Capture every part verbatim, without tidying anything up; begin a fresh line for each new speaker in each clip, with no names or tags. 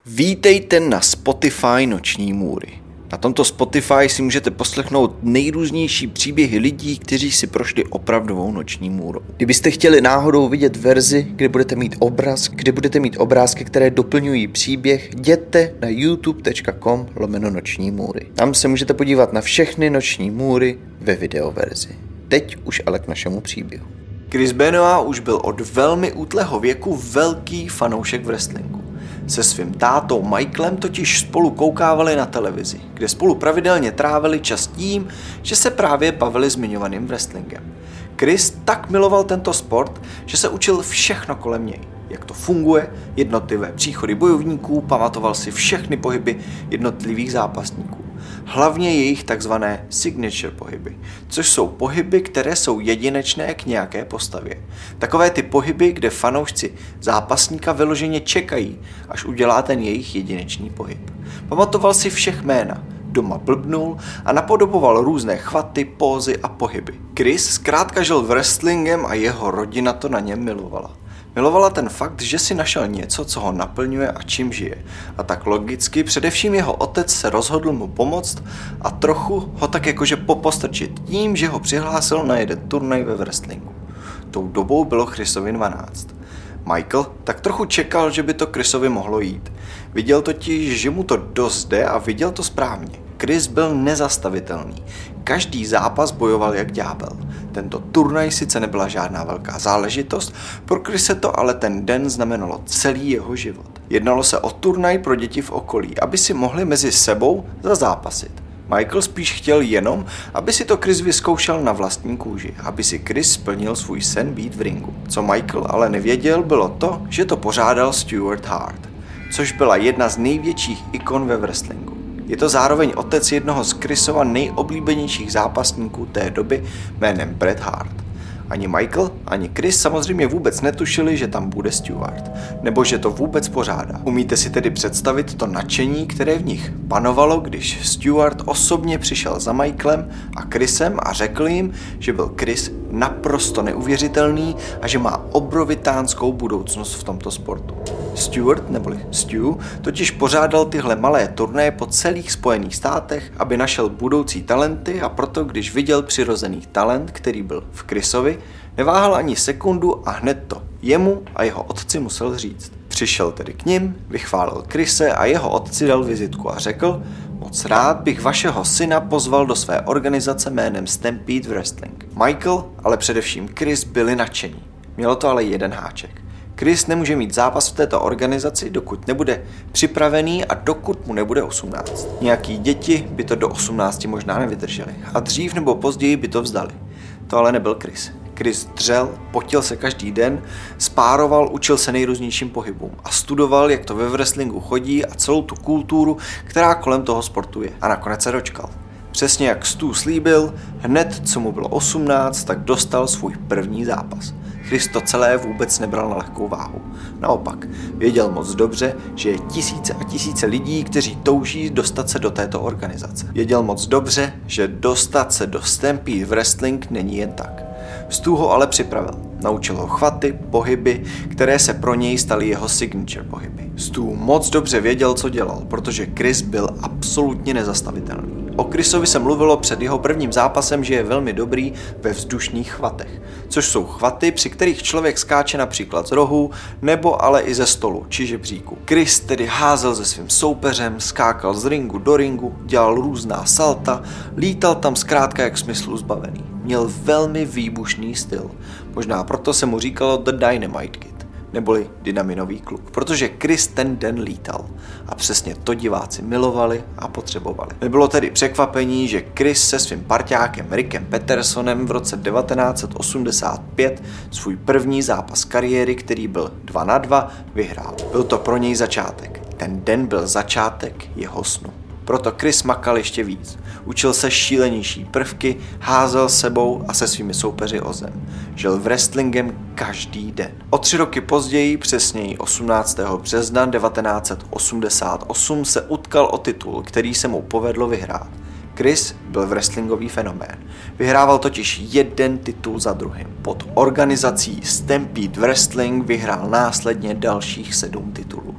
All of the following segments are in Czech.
Vítejte na Spotify Noční můry. Na tomto Spotify si můžete poslechnout nejrůznější příběhy lidí, kteří si prošli opravdovou noční můrou. Kdybyste chtěli náhodou vidět verzi, kde budete mít obraz, kde budete mít obrázky, které doplňují příběh, jděte na youtube tečka com lomeno noční můry. Tam se můžete podívat na všechny noční můry ve videoverzi. Teď už ale k našemu příběhu. Chris Benoit už byl od velmi útlého věku velký fanoušek wrestlingu. Se svým tátou Michaelem totiž spolu koukávali na televizi, kde spolu pravidelně trávili čas tím, že se právě bavili zmiňovaným wrestlingem. Chris tak miloval tento sport, že se učil všechno kolem něj. Jak to funguje, jednotlivé příchody bojovníků, pamatoval si všechny pohyby jednotlivých zápasníků. Hlavně jejich takzvané signature pohyby, což jsou pohyby, které jsou jedinečné k nějaké postavě. Takové ty pohyby, kde fanoušci zápasníka vyloženě čekají, až udělá ten jejich jedinečný pohyb. Pamatoval si všech jména, doma blbnul a napodoboval různé chvaty, pózy a pohyby. Chris zkrátka žil wrestlingem a jeho rodina to na něm milovala. Milovala ten fakt, že si našel něco, co ho naplňuje a čím žije. A tak logicky především jeho otec se rozhodl mu pomoct a trochu ho tak jakože popostrčit tím, že ho přihlásil na jeden turnaj ve wrestlingu. Tou dobou bylo Chrisovi dvanáct. Michael tak trochu čekal, že by to Chrisovi mohlo jít. Viděl totiž, že mu to dost jde a viděl to správně. Chris byl nezastavitelný. Každý zápas bojoval jak ďábel. Tento turnaj sice nebyla žádná velká záležitost, pro Chrise to ale ten den znamenalo celý jeho život. Jednalo se o turnaj pro děti v okolí, aby si mohli mezi sebou zazápasit. Michael spíš chtěl jenom, aby si to Chris vyzkoušel na vlastní kůži, aby si Chris splnil svůj sen být v ringu. Co Michael ale nevěděl, bylo to, že to pořádal Stuart Hart, což byla jedna z největších ikon ve wrestlingu. Je to zároveň otec jednoho z Chrisova nejoblíbenějších zápasníků té doby jménem Bret Hart. Ani Michael, ani Chris samozřejmě vůbec netušili, že tam bude Stuart, nebo že to vůbec pořádá. Umíte si tedy představit to nadšení, které v nich panovalo, když Stuart osobně přišel za Michaelem a Chrisem a řekl jim, že byl Chris naprosto neuvěřitelný a že má obrovitánskou budoucnost v tomto sportu. Stuart, neboli Stu, totiž pořádal tyhle malé turnaje po celých Spojených státech, aby našel budoucí talenty a proto, když viděl přirozený talent, který byl v Chrisovi, neváhal ani sekundu a hned to jemu a jeho otci musel říct. Přišel tedy k nim, vychválil Chrise a jeho otci dal vizitku a řekl: moc rád bych vašeho syna pozval do své organizace jménem Stampede Wrestling. Michael, ale především Chris byli nadšení. Mělo to ale jeden háček. Chris nemůže mít zápas v této organizaci, dokud nebude připravený a dokud mu nebude osmnáct. Nějaký děti by to do osmnácti možná nevydrželi a dřív nebo později by to vzdali. To ale nebyl Chris. Chris dřel, potil se každý den, spároval, učil se nejrůznějším pohybům a studoval, jak to ve wrestlingu chodí a celou tu kulturu, která kolem toho sportu je. A nakonec se dočkal. Přesně jak Stu slíbil, hned co mu bylo osmnáct, tak dostal svůj první zápas. Chris to celé vůbec nebral na lehkou váhu. Naopak, věděl moc dobře, že je tisíce a tisíce lidí, kteří touží dostat se do této organizace. Věděl moc dobře, že dostat se do Stampede Wrestling není jen tak. Stu ho ale připravil. Naučil ho chvaty, pohyby, které se pro něj staly jeho signature pohyby. Stu moc dobře věděl, co dělal, protože Chris byl absolutně nezastavitelný. O Chrisovi se mluvilo před jeho prvním zápasem, že je velmi dobrý ve vzdušných chvatech, což jsou chvaty, při kterých člověk skáče například z rohu, nebo ale i ze stolu či žebříku. Chris tedy házel se svým soupeřem, skákal z ringu do ringu, dělal různá salta, lítal tam zkrátka jak smyslu zbavený. Měl velmi výbušný styl, možná proto se mu říkalo The Dynamite Kid, neboli dynaminový kluk, protože Chris ten den lítal a přesně to diváci milovali a potřebovali. Nebylo tedy překvapení, že Chris se svým parťákem Rickem Petersonem v roce devatenáct set osmdesát pět svůj první zápas kariéry, který byl dva na dva, vyhrál. Byl to pro něj začátek. Ten den byl začátek jeho snu. Proto Chris makal ještě víc. Učil se šílenější prvky, házel sebou a se svými soupeři o zem. Žil wrestlingem každý den. O tři roky později, přesněji osmnáctého března devatenáct set osmdesát osm, se utkal o titul, který se mu povedlo vyhrát. Chris byl wrestlingový fenomén. Vyhrával totiž jeden titul za druhým. Pod organizací Stampede Wrestling vyhrál následně dalších sedm titulů.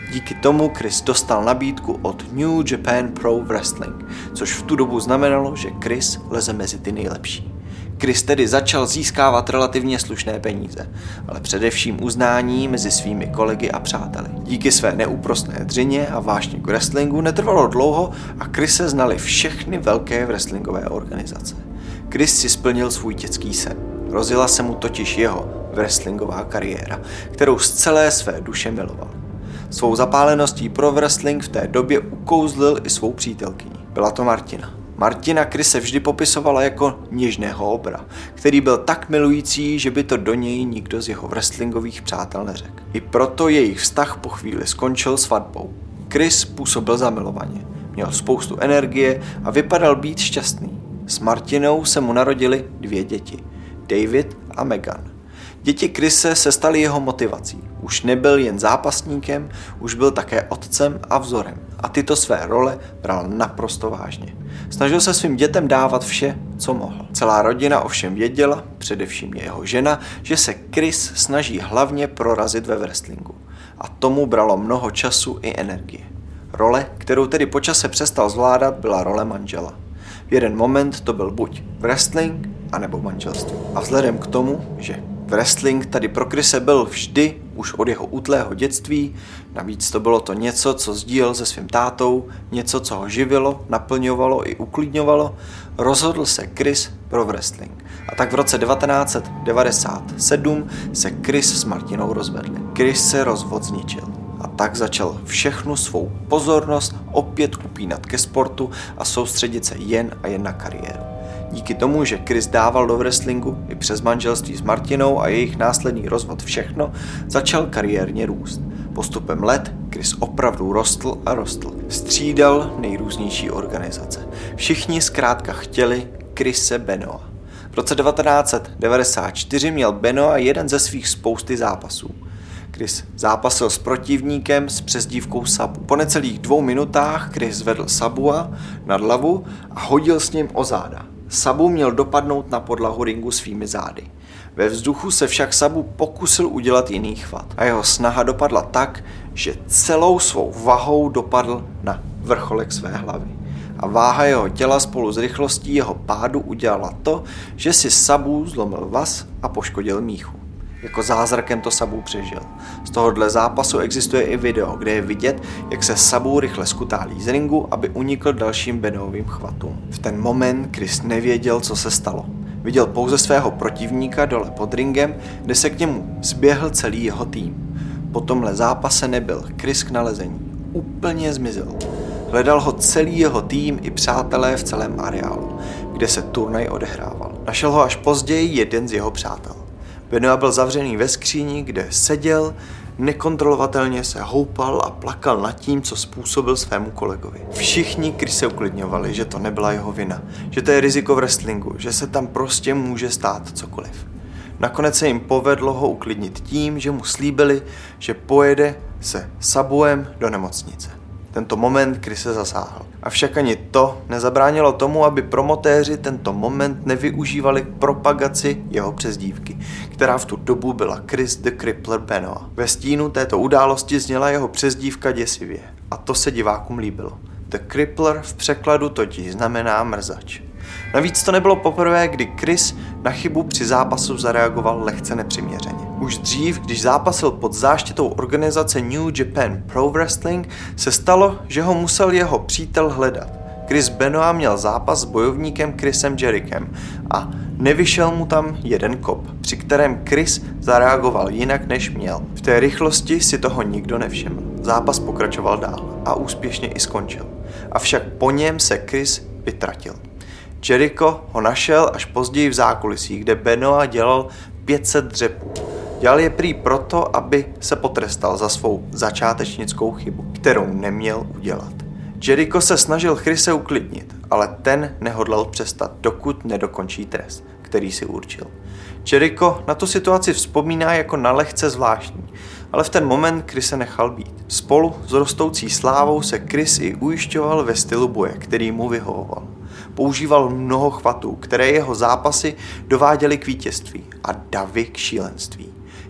Díky tomu Chris dostal nabídku od New Japan Pro Wrestling, což v tu dobu znamenalo, že Chris leze mezi ty nejlepší. Chris tedy začal získávat relativně slušné peníze, ale především uznání mezi svými kolegy a přáteli. Díky své neúprosné dřině a vášni k wrestlingu netrvalo dlouho a Chrise znali všechny velké wrestlingové organizace. Chris si splnil svůj dětský sen. Rozjela se mu totiž jeho wrestlingová kariéra, kterou z celé své duše miloval. Svou zapáleností pro wrestling v té době ukouzlil i svou přítelkyni. Byla to Martina. Martina Chrise vždy popisovala jako něžného obra, který byl tak milující, že by to do něj nikdo z jeho wrestlingových přátel neřekl. I proto jejich vztah po chvíli skončil svatbou. Chris působil zamilovaně, měl spoustu energie a vypadal být šťastný. S Martinou se mu narodily dvě děti, David a Megan. Děti Chrise se staly jeho motivací. Už nebyl jen zápasníkem, už byl také otcem a vzorem. A tyto své role bral naprosto vážně. Snažil se svým dětem dávat vše, co mohl. Celá rodina ovšem věděla, především jeho žena, že se Chris snaží hlavně prorazit ve wrestlingu. A tomu bralo mnoho času i energie. Role, kterou tedy po čase přestal zvládat, byla role manžela. V jeden moment to byl buď wrestling, anebo manželství. A vzhledem k tomu, že wrestling tady pro Chrise byl vždy, už od jeho útlého dětství, navíc to bylo to něco, co sdílel se svým tátou, něco, co ho živilo, naplňovalo i uklidňovalo, rozhodl se Chris pro wrestling. A tak v roce devatenáct set devadesát sedm se Chris s Martinou rozvedli. Chris se rozvod zničil. A tak začal všechnu svou pozornost opět upínat ke sportu a soustředit se jen a jen na kariéru. Díky tomu, že Chris dával do wrestlingu i přes manželství s Martinou a jejich následný rozvod všechno, začal kariérně růst. Postupem let Chris opravdu rostl a rostl. Střídal nejrůznější organizace. Všichni zkrátka chtěli Chrise Benoita. V roce devatenáct set devadesát čtyři měl Benoit jeden ze svých spousty zápasů. Chris zápasil s protivníkem s přezdívkou Sabu. Po necelých dvou minutách Chris zvedl Sabua nad hlavu a hodil s ním o záda. Sabu měl dopadnout na podlahu ringu svými zády. Ve vzduchu se však Sabu pokusil udělat jiný chvat a jeho snaha dopadla tak, že celou svou vahou dopadl na vrcholek své hlavy. A váha jeho těla spolu s rychlostí jeho pádu udělala to, že si Sabu zlomil vaz a poškodil míchu. Jako zázrakem to Sabu přežil. Z tohohle zápasu existuje i video, kde je vidět, jak se Sabu rychle skutálí z ringu, aby unikl dalším Benoovým chvatům. V ten moment Chris nevěděl, co se stalo. Viděl pouze svého protivníka dole pod ringem, kde se k němu zběhl celý jeho tým. Po tomhle zápase nebyl Chris k nalezení. Úplně zmizel. Hledal ho celý jeho tým i přátelé v celém areálu, kde se turnaj odehrával. Našel ho až později jeden z jeho přátel. Benoit byl zavřený ve skříni, kde seděl, nekontrolovatelně se houpal a plakal nad tím, co způsobil svému kolegovi. Všichni Chrise uklidňovali, že to nebyla jeho vina, že to je riziko v wrestlingu, že se tam prostě může stát cokoliv. Nakonec se jim povedlo ho uklidnit tím, že mu slíbili, že pojede se Sabuem do nemocnice. Tento moment Chrise zasáhl. Avšak ani to nezabránilo tomu, aby promotéři tento moment nevyužívali k propagaci jeho přezdívky, která v tu dobu byla Chris the Crippler Benoit. Ve stínu této události zněla jeho přezdívka děsivě a to se divákům líbilo. The Crippler v překladu totiž znamená mrzač. Navíc to nebylo poprvé, kdy Chris na chybu při zápasu zareagoval lehce nepřiměřeně. Už dřív, když zápasil pod záštitou organizace New Japan Pro Wrestling, se stalo, že ho musel jeho přítel hledat. Chris Benoit měl zápas s bojovníkem Chrisem Jerichem a nevyšel mu tam jeden kop, při kterém Chris zareagoval jinak než měl. V té rychlosti si toho nikdo nevšiml. Zápas pokračoval dál a úspěšně i skončil. Avšak po něm se Chris vytratil. Jericho ho našel až později v zákulisí, kde Benoit dělal pět set dřepů. Dělal je prý proto, aby se potrestal za svou začátečnickou chybu, kterou neměl udělat. Jericho se snažil Chrise uklidnit, ale ten nehodlal přestat, dokud nedokončí trest, který si určil. Jericho na tu situaci vzpomíná jako na lehce zvláštní, ale v ten moment Chrise nechal být. Spolu s rostoucí slávou se Chris i ujišťoval ve stylu boje, který mu vyhovoval. Používal mnoho chvatů, které jeho zápasy dováděly k vítězství a davy k šílenství.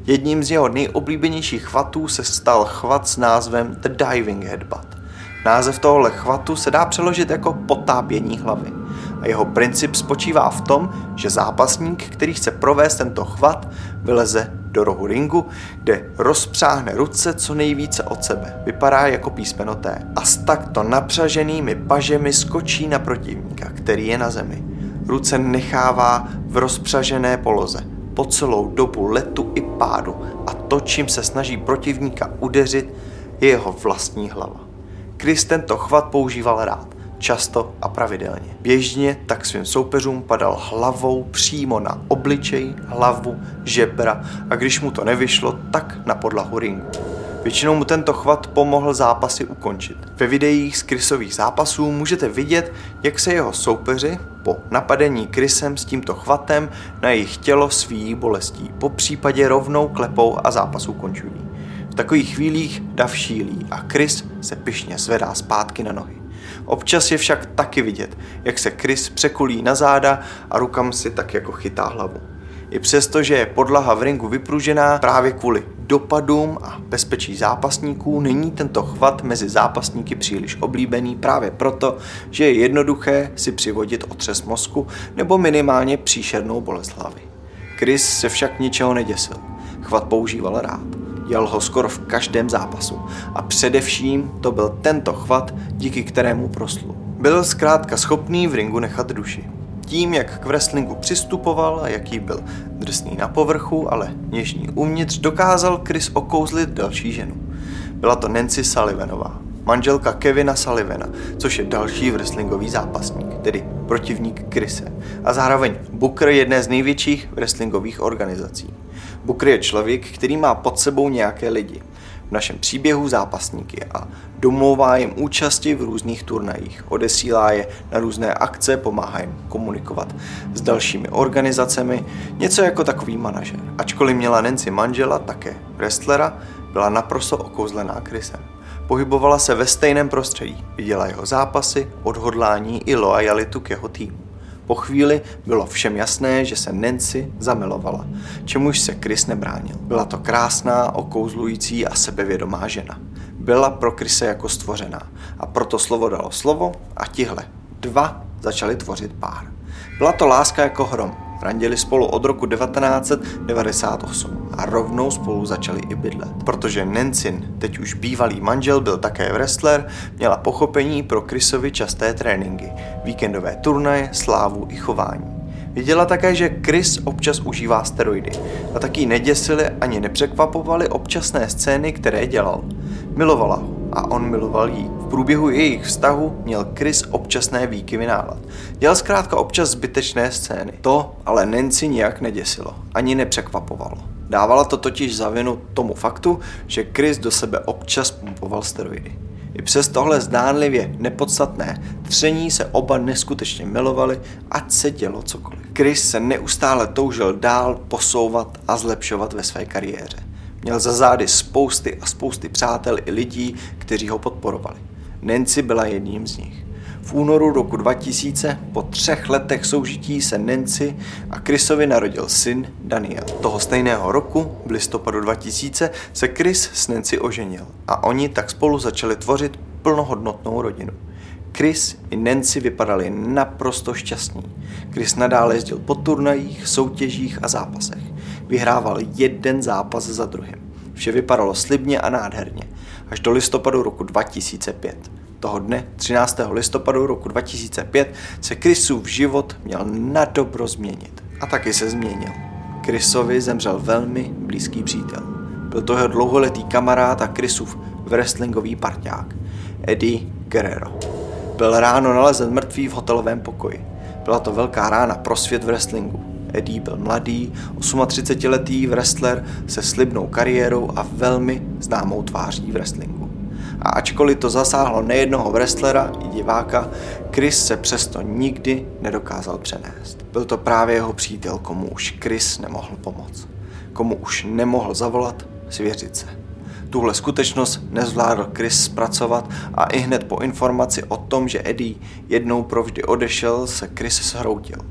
Jedním z jeho nejoblíbenějších chvatů se stal chvat s názvem The Diving Headbutt. Název tohohle chvatu se dá přeložit jako potápění hlavy. A jeho princip spočívá v tom, že zápasník, který chce provést tento chvat, vyleze do rohu ringu, kde rozpřáhne ruce co nejvíce od sebe. Vypadá jako písmeno T. A s takto napřaženými pažemi skočí na protivníka, který je na zemi. Ruce nechává v rozpřažené poloze po celou dobu letu i pádu a to, čím se snaží protivníka udeřit, je jeho vlastní hlava. Chris tento chvat používal rád, často a pravidelně. Běžně tak svým soupeřům padal hlavou přímo na obličej, hlavu, žebra a když mu to nevyšlo, tak na podlahu ringu. Většinou mu tento chvat pomohl zápasy ukončit. Ve videích z Chrisových zápasů můžete vidět, jak se jeho soupeři po napadení Chrisem s tímto chvatem na jejich tělo svíjí bolestí, po případě rovnou klepou a zápas ukončují. V takových chvílích dav šílí a Chris se pyšně zvedá zpátky na nohy. Občas je však taky vidět, jak se Chris překulí na záda a rukam si tak jako chytá hlavu. I přesto, že je podlaha v ringu vypružená právě kvůli dopadům a bezpečí zápasníků, není tento chvat mezi zápasníky příliš oblíbený právě proto, že je jednoduché si přivodit otřes mozku nebo minimálně příšernou bolest hlavy. Chris se však ničeho neděsil. Chvat používal rád. Dělal ho skoro v každém zápasu a především to byl tento chvat, díky kterému proslul. Byl zkrátka schopný v ringu nechat duši. Tím, jak k wrestlingu přistupoval a jaký byl drsný na povrchu, ale něžný uvnitř, dokázal Chris okouzlit další ženu. Byla to Nancy Sullivanová, manželka Kevina Sullivana, což je další wrestlingový zápasník, tedy protivník Chrise a zároveň booker jedné z největších wrestlingových organizací. Booker je člověk, který má pod sebou nějaké lidi, v našem příběhu zápasníky, a domlouvá jim účasti v různých turnajích, odesílá je na různé akce, pomáhá jim komunikovat s dalšími organizacemi, něco jako takový manažer. Ačkoliv měla Nancy manžela, také wrestlera, byla naprosto okouzlená Chrisem. Pohybovala se ve stejném prostředí, viděla jeho zápasy, odhodlání i loajalitu k jeho týmu. Po chvíli bylo všem jasné, že se Nancy zamilovala, čemuž se Chris nebránil. Byla to krásná, okouzlující a sebevědomá žena. Byla pro Chrise jako stvořená a proto slovo dalo slovo a tihle dva začali tvořit pár. Byla to láska jako hrom. Randili spolu od roku devatenáct set devadesát osm a rovnou spolu začali i bydlet. Protože Nancyn, teď už bývalý manžel, byl také wrestler, měla pochopení pro Chrisovi časté tréninky, víkendové turnaje, slávu i chování. Viděla také, že Chris občas užívá steroidy a taky neděsily ani nepřekvapovaly občasné scény, které dělal. Milovala ho a on miloval jí. V průběhu jejich vztahu měl Chris občasné výkyvy nálad. Dělal zkrátka občas zbytečné scény. To ale Nancy nijak neděsilo, ani nepřekvapovalo. Dávala to totiž za vinu tomu faktu, že Chris do sebe občas pumpoval steroidy. I přes tohle zdánlivě nepodstatné tření se oba neskutečně milovali, ať se dělo cokoliv. Chris se neustále toužil dál posouvat a zlepšovat ve své kariéře. Měl za zády spousty a spousty přátel i lidí, kteří ho podporovali. Nancy byla jedním z nich. V únoru roku dva tisíce po třech letech soužití se Nancy a Chrisovi narodil syn Daniel. Toho stejného roku, v listopadu dva tisíce, se Chris s Nancy oženil a oni tak spolu začali tvořit plnohodnotnou rodinu. Chris i Nancy vypadali naprosto šťastní. Chris nadále jezdil po turnajích, soutěžích a zápasech. Vyhrával jeden zápas za druhým. Vše vypadalo slibně a nádherně. Až do listopadu roku dva tisíce pět. Toho dne, třináctého listopadu roku dva tisíce pět, se Chrisův život měl nadobro změnit. A taky se změnil. Chrisovi zemřel velmi blízký přítel. Byl to jeho dlouholetý kamarád a Chrisův wrestlingový parťák, Eddie Guerrero. Byl ráno nalezen mrtvý v hotelovém pokoji. Byla to velká rána pro svět wrestlingu. Eddie byl mladý, třicetiosmiletý wrestler se slibnou kariérou a velmi známou tváří wrestlingu. A ačkoliv to zasáhlo nejednoho wrestlera i diváka, Chris se přesto nikdy nedokázal přenést. Byl to právě jeho přítel, komu už Chris nemohl pomoct. Komu už nemohl zavolat, svěřit se. Tuhle skutečnost nezvládl Chris zpracovat a i hned po informaci o tom, že Eddie jednou provždy odešel, se Chris zhroutil.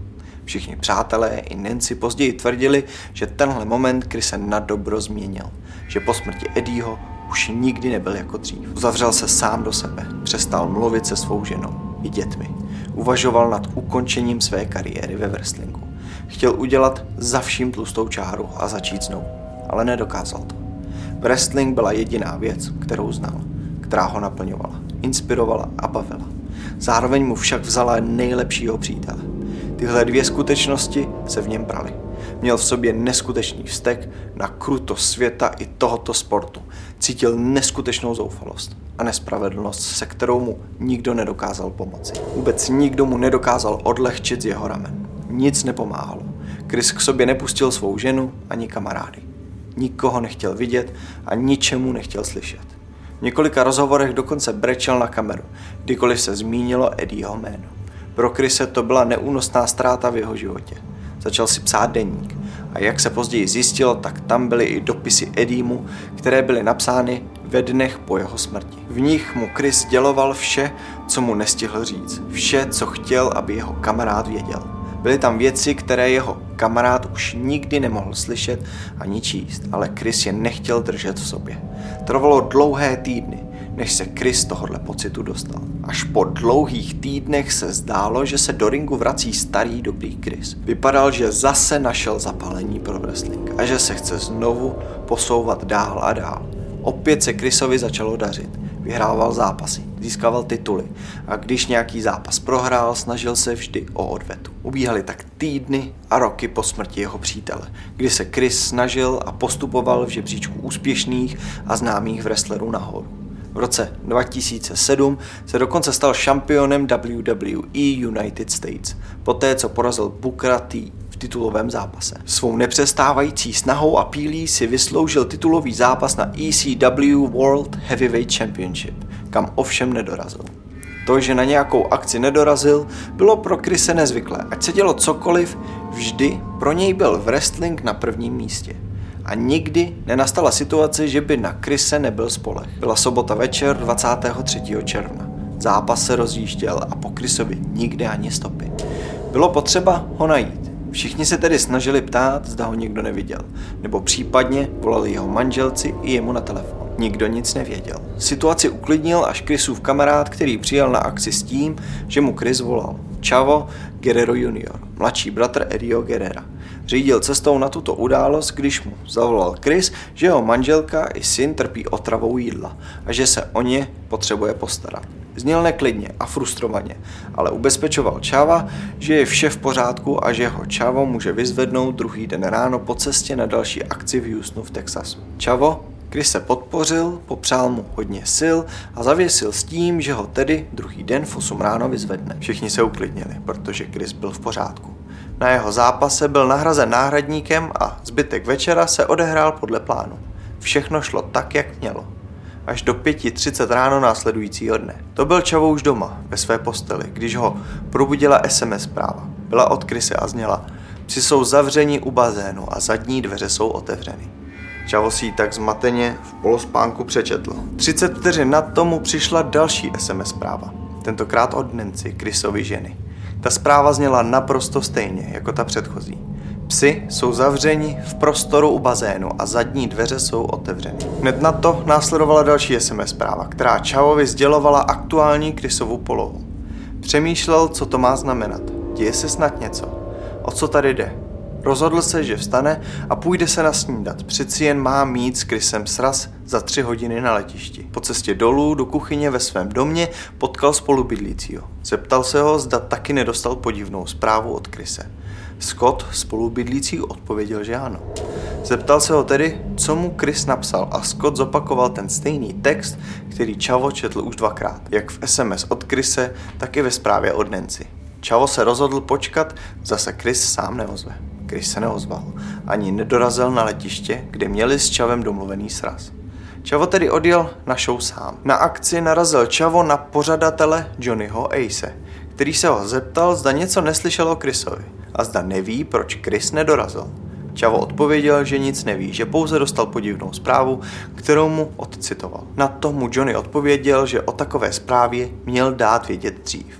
Všichni přátelé i Nancy později tvrdili, že tenhle moment Chrise na dobro změnil, že po smrti Eddieho už nikdy nebyl jako dřív. Uzavřel se sám do sebe, přestal mluvit se svou ženou i dětmi. Uvažoval nad ukončením své kariéry ve wrestlingu. Chtěl udělat za vším tlustou čáru a začít znovu, ale nedokázal to. Wrestling byla jediná věc, kterou znal, která ho naplňovala, inspirovala a bavila. Zároveň mu však vzala nejlepšího přítele. Tyhle dvě skutečnosti se v něm praly. Měl v sobě neskutečný vztek na krutost světa i tohoto sportu. Cítil neskutečnou zoufalost a nespravedlnost, se kterou mu nikdo nedokázal pomoci. Vůbec nikdo mu nedokázal odlehčit z jeho ramen. Nic nepomáhalo. Chris k sobě nepustil svou ženu ani kamarády. Nikoho nechtěl vidět a ničemu nechtěl slyšet. V několika rozhovorech dokonce brečel na kameru, kdykoliv se zmínilo Eddieho jméno. Pro Chrise to byla neúnosná ztráta v jeho životě. Začal si psát deník a jak se později zjistilo, tak tam byly i dopisy Eddiemu, které byly napsány ve dnech po jeho smrti. V nich mu Chris sděloval vše, co mu nestihl říct. Vše, co chtěl, aby jeho kamarád věděl. Byly tam věci, které jeho kamarád už nikdy nemohl slyšet ani číst, ale Chris je nechtěl držet v sobě. Trvalo dlouhé týdny, než se Chris tohohle pocitu dostal. Až po dlouhých týdnech se zdálo, že se do ringu vrací starý dobrý Chris. Vypadal, že zase našel zapálení pro wrestling a že se chce znovu posouvat dál a dál. Opět se Chrisovi začalo dařit. Vyhrával zápasy, získával tituly a když nějaký zápas prohrál, snažil se vždy o odvetu. Ubíhaly tak týdny a roky po smrti jeho přítele, kdy se Chris snažil a postupoval v žebříčku úspěšných a známých wrestlerů nahoru. V roce dva tisíce sedm se dokonce stal šampionem W W E United States, poté co porazil Bookera T v titulovém zápase. Svou nepřestávající snahou a pílí si vysloužil titulový zápas na E C W World Heavyweight Championship, kam ovšem nedorazil. To, že na nějakou akci nedorazil, bylo pro Chrise nezvyklé. Ať se dělo cokoliv, vždy pro něj byl wrestling na prvním místě. A nikdy nenastala situace, že by na Chrise nebyl spoleh. Byla sobota večer dvacátého třetího června. Zápas se rozjížděl a po Chrisovi nikdy ani stopy. Bylo potřeba ho najít. Všichni se tedy snažili ptát, zda ho někdo neviděl, nebo případně volali jeho manželci i jemu na telefon. Nikdo nic nevěděl. Situaci uklidnil až Chrisův kamarád, který přijel na akci s tím, že mu Chris volal. Chavo Guerrero junior, mladší bratr Eddieho Guerrera. Řídil cestou na tuto událost, když mu zavolal Chris, že jeho manželka i syn trpí otravou jídla a že se o ně potřebuje postarat. Zněl neklidně a frustrovaně, ale ubezpečoval Chava, že je vše v pořádku a že ho Chavo může vyzvednout druhý den ráno po cestě na další akci v Houstonu v Texasu. Chavo Chris se podpořil, popřál mu hodně sil a zavěsil s tím, že ho tedy druhý den v osm ráno vyzvedne. Všichni se uklidnili, protože Chris byl v pořádku. Na jeho zápase byl nahrazen náhradníkem a zbytek večera se odehrál podle plánu. Všechno šlo tak, jak mělo. Až do pět třicet ráno následujícího dne. To byl Chavo už doma, ve své posteli, když ho probudila S M S zpráva. Byla od Chrise a zněla: psi jsou zavřeni u bazénu a zadní dveře jsou otevřeny. Chavo si ji tak zmateně v polospánku přečetl. třicet vteřin nad tomu přišla další S M S zpráva. Tentokrát od Nancy, Chrisovy ženy. Ta zpráva zněla naprosto stejně jako ta předchozí. Psi jsou zavřeni v prostoru u bazénu a zadní dveře jsou otevřeny. Hned na to následovala další S M S zpráva, která Chavovi sdělovala aktuální Chrisovu polohu. Přemýšlel, co to má znamenat. Děje se snad něco? O co tady jde? Rozhodl se, že vstane a půjde se nasnídat. Přeci jen má mít s Chrisem sraz za tři hodiny na letišti. Po cestě dolů do kuchyně ve svém domě potkal spolubydlícího. Zeptal se ho, zda taky nedostal podivnou zprávu od Chrise. Scott, spolubydlící, odpověděl, že ano. Zeptal se ho tedy, co mu Chris napsal a Scott zopakoval ten stejný text, který Chavo četl už dvakrát, jak v S M S od Chrise, tak i ve zprávě od Nancy. Chavo se rozhodl počkat, zase Chris sám neozve. Chris se neozval, ani nedorazil na letiště, kde měli s Chavem domluvený sraz. Chavo tedy odjel na show sám. Na akci narazil Chavo na pořadatele Johnnyho Ace, který se ho zeptal, zda něco neslyšel o Chrisovi a zda neví, proč Chris nedorazil. Chavo odpověděl, že nic neví, že pouze dostal podivnou zprávu, kterou mu odcitoval. Na to mu Johnny odpověděl, že o takové zprávě měl dát vědět dřív.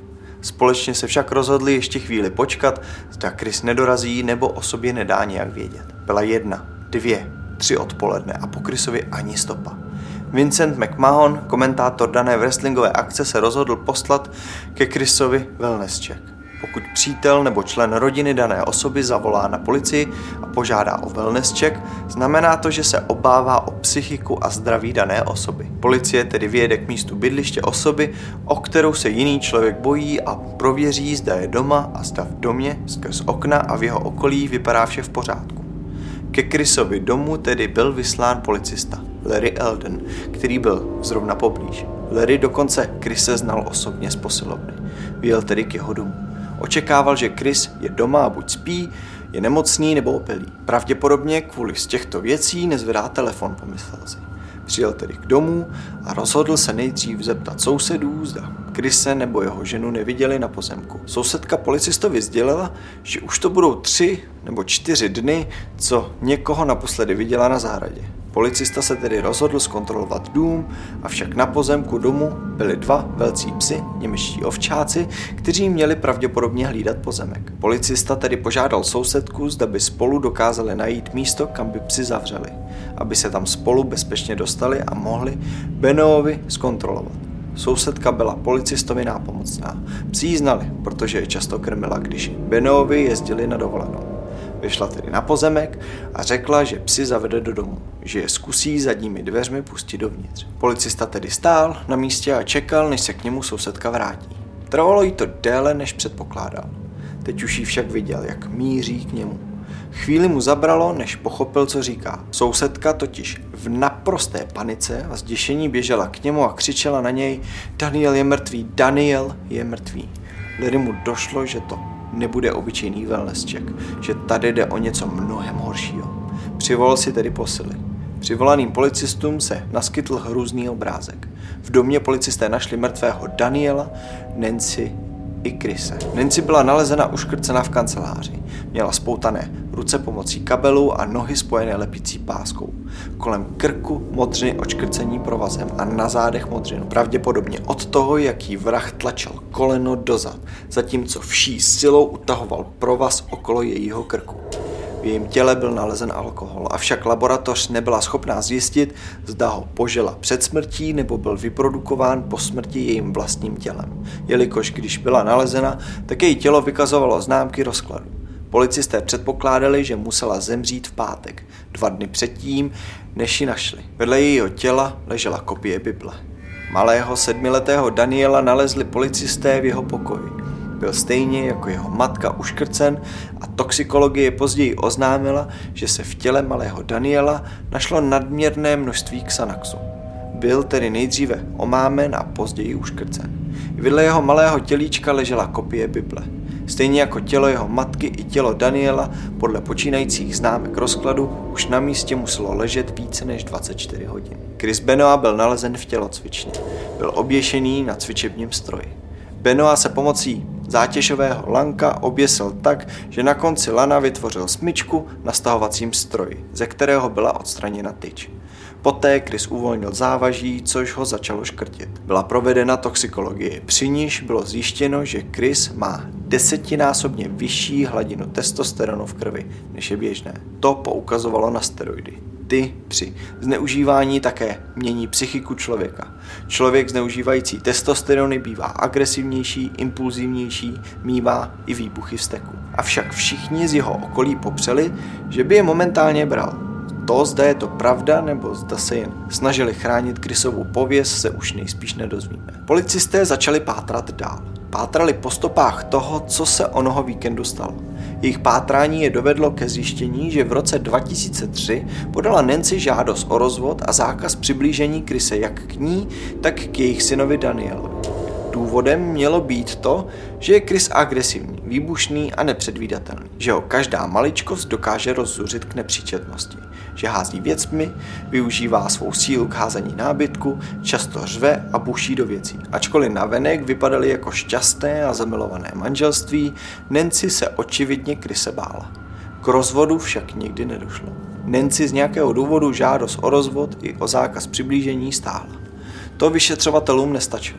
Společně se však rozhodli ještě chvíli počkat, zda Chris nedorazí nebo o sobě nedá nějak vědět. Byla jedna, dvě, tři odpoledne a po Chrisovi ani stopa. Vincent McMahon, komentátor dané wrestlingové akce, se rozhodl poslat ke Chrisovi wellness check. Pokud přítel nebo člen rodiny dané osoby zavolá na policii a požádá o wellness check, znamená to, že se obává o psychiku a zdraví dané osoby. Policie tedy vyjede k místu bydliště osoby, o kterou se jiný člověk bojí, a prověří, zda je doma a zda v domě skrz okna a v jeho okolí vypadá vše v pořádku. Ke Chrisovi domu tedy byl vyslán policista Larry Elden, který byl zrovna poblíž. Larry dokonce Chrise znal osobně z posilovny. Vyjel tedy k jeho domu. Očekával, že Chris je doma a buď spí, je nemocný nebo opilý. Pravděpodobně kvůli z těchto věcí nezvedá telefon, pomyslel si. Přijel tedy k domu a rozhodl se nejdřív zeptat sousedů, zda Chrise nebo jeho ženu neviděli na pozemku. Sousedka policistovi sdělila, že už to budou tři nebo čtyři dny, co někoho naposledy viděla na zahradě. Policista se tedy rozhodl zkontrolovat dům, avšak na pozemku domu byli dva velcí psi, němečtí ovčáci, kteří měli pravděpodobně hlídat pozemek. Policista tedy požádal sousedku, zda by spolu dokázali najít místo, kam by psi zavřeli, aby se tam spolu bezpečně dostali a mohli Benoovi zkontrolovat. Sousedka byla policistovi nápomocná. Psi ji znali, protože je často krmila, když Benoovi jezdili na dovolenou. Vyšla tedy na pozemek a řekla, že psi zavede do domu, že je zkusí zadními dveřmi pustit dovnitř. Policista tedy stál na místě a čekal, než se k němu sousedka vrátí. Trvalo jí to déle, než předpokládal. Teď už ji však viděl, jak míří k němu. Chvíli mu zabralo, než pochopil, co říká. Sousedka totiž v naprosté panice a zděšení běžela k němu a křičela na něj: Daniel je mrtvý, Daniel je mrtvý. Larry mu došlo, že to nebude obyčejný wellness check, že tady jde o něco mnohem horšího. Přivolal si tedy posily. Přivolaným policistům se naskytl hrůzný obrázek. V domě policisté našli mrtvého Daniela, Nancy i Chrise. Nancy byla nalezena uškrcena v kanceláři. Měla spoutané ruce pomocí kabelů a nohy spojené lepicí páskou. Kolem krku modřiny odškrcení provazem a na zádech modřinu. Pravděpodobně od toho, jak jí vrah tlačil koleno dozad, zatímco vší silou utahoval provaz okolo jejího krku. V jejím těle byl nalezen alkohol, avšak laboratoř nebyla schopná zjistit, zda ho požila před smrtí nebo byl vyprodukován po smrti jejím vlastním tělem. Jelikož když byla nalezena, tak její tělo vykazovalo známky rozkladu. Policisté předpokládali, že musela zemřít v pátek, dva dny předtím, než ji našli. Vedle jejího těla ležela kopie Bible. Malého sedmiletého Daniela nalezli policisté v jeho pokoji. Byl stejně jako jeho matka uškrcen a toxikologie později oznámila, že se v těle malého Daniela našlo nadměrné množství Xanaxu. Byl tedy nejdříve omámen a později uškrcen. Vedle jeho malého tělíčka ležela kopie Bible. Stejně jako tělo jeho matky i tělo Daniela podle počínajících známek rozkladu už na místě muselo ležet více než dvacet čtyři hodin. Chris Benoit byl nalezen v tělocvičně. Byl oběšený na cvičebním stroji. Benoit se pomocí zátěžového lanka oběsil tak, že na konci lana vytvořil smyčku na stahovacím stroji, ze kterého byla odstraněna tyč. Poté Chris uvolnil závaží, což ho začalo škrtit. Byla provedena toxikologie, při níž bylo zjištěno, že Chris má desetinásobně vyšší hladinu testosteronu v krvi, než je běžné. To poukazovalo na steroidy. Ty při zneužívání také mění psychiku člověka. Člověk zneužívající testosterony bývá agresivnější, impulzivnější, mívá i výbuchy vzteku. Avšak všichni z jeho okolí popřeli, že by je momentálně bral. To, zda je to pravda, nebo zda se jen snažili chránit Chrisovu pověst, se už nejspíš nedozvíme. Policisté začali pátrat dál. Pátrali po stopách toho, co se onoho víkendu stalo. Jejich pátrání je dovedlo ke zjištění, že v roce dva tisíce tři podala Nancy žádost o rozvod a zákaz přiblížení Chrise jak k ní, tak k jejich synovi Danielovi. Důvodem mělo být to, že je Chris agresivní, výbušný a nepředvídatelný, že ho každá maličkost dokáže rozzuřit k nepříčetnosti, že hází věcmi, využívá svou sílu k házení nábytku, často řve a buší do věcí. Ačkoliv navenek vypadaly jako šťastné a zamilované manželství, Nancy se očividně Chrise bála. K rozvodu však nikdy nedošlo. Nancy z nějakého důvodu žádost o rozvod i o zákaz přiblížení stáhla. To vyšetřovatelům nestačilo.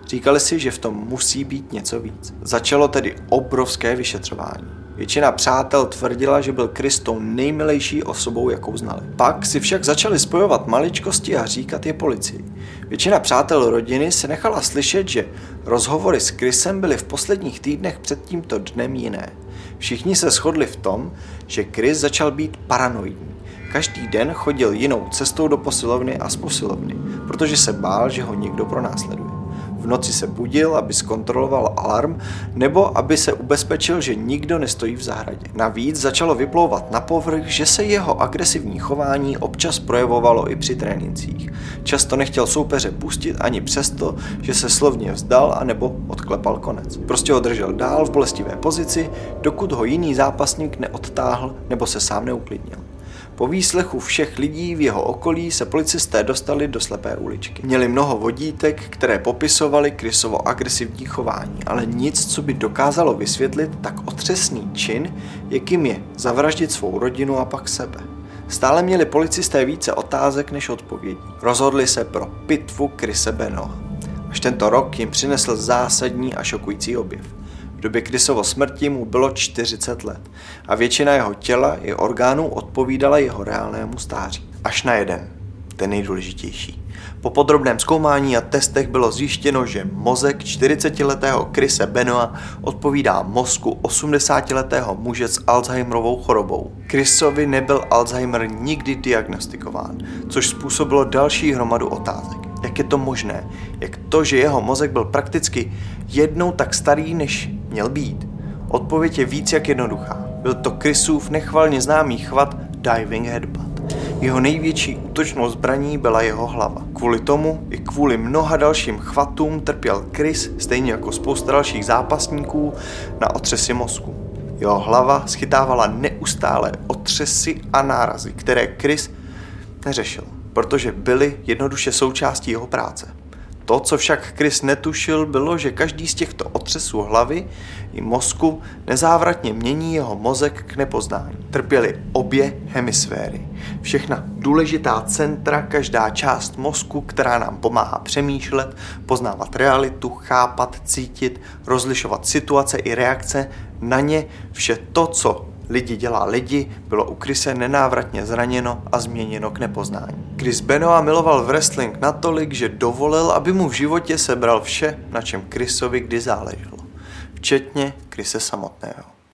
Říkali si, že v tom musí být něco víc. Začalo tedy obrovské vyšetřování. Většina přátel tvrdila, že byl Chris tou nejmilejší osobou, jakou znali. Pak si však začali spojovat maličkosti a říkat je policii. Většina přátel rodiny se nechala slyšet, že rozhovory s Chrisem byly v posledních týdnech před tímto dnem jiné. Všichni se shodli v tom, že Chris začal být paranoidní. Každý den chodil jinou cestou do posilovny a z posilovny, protože se bál, že ho někdo pronásleduje. V noci se budil, aby zkontroloval alarm, nebo aby se ubezpečil, že nikdo nestojí v zahradě. Navíc začalo vyplouvat na povrch, že se jeho agresivní chování občas projevovalo i při trénincích. Často nechtěl soupeře pustit ani přesto, že se slovně vzdal anebo odklepal konec. Prostě ho držel dál v bolestivé pozici, dokud ho jiný zápasník neodtáhl nebo se sám neuklidnil. Po výslechu všech lidí v jeho okolí se policisté dostali do slepé uličky. Měli mnoho vodítek, které popisovaly Chrisovo agresivní chování, ale nic, co by dokázalo vysvětlit tak otřesný čin, jakým je zavraždit svou rodinu a pak sebe. Stále měli policisté více otázek než odpovědí. Rozhodli se pro pitvu Chrise Benoita. Až tento rok jim přinesl zásadní a šokující objev. V době Chrisovo smrti mu bylo čtyřicet let a většina jeho těla i orgánů odpovídala jeho reálnému stáří. Až na jeden, ten nejdůležitější. Po podrobném zkoumání a testech bylo zjištěno, že mozek čtyřicetiletého Chrise Benoita odpovídá mozku osmdesátiletého muže s Alzheimerovou chorobou. Chrisovi nebyl Alzheimer nikdy diagnostikován, což způsobilo další hromadu otázek. Jak je to možné? Jak to, že jeho mozek byl prakticky jednou tak starý, než měl být? Odpověď je víc jak jednoduchá. Byl to Chrisův nechvalně známý chvat Diving Headbutt. Jeho největší útočnou zbraní byla jeho hlava. Kvůli tomu i kvůli mnoha dalším chvatům trpěl Chris, stejně jako spousta dalších zápasníků, na otřesy mozku. Jeho hlava schytávala neustále otřesy a nárazy, které Chris neřešil, protože byly jednoduše součástí jeho práce. To, co však Chris netušil, bylo, že každý z těchto otřesů hlavy i mozku nezávratně mění jeho mozek k nepoznání. Trpěly obě hemisféry. Všechna důležitá centra, každá část mozku, která nám pomáhá přemýšlet, poznávat realitu, chápat, cítit, rozlišovat situace i reakce na ně, vše to, co lidi dělá lidi, bylo u Chrise nenávratně zraněno a změněno k nepoznání. Chris Benoit miloval wrestling natolik, že dovolil, aby mu v životě sebral vše, na čem Chrisovi kdy záleželo. Včetně Chrise samotného.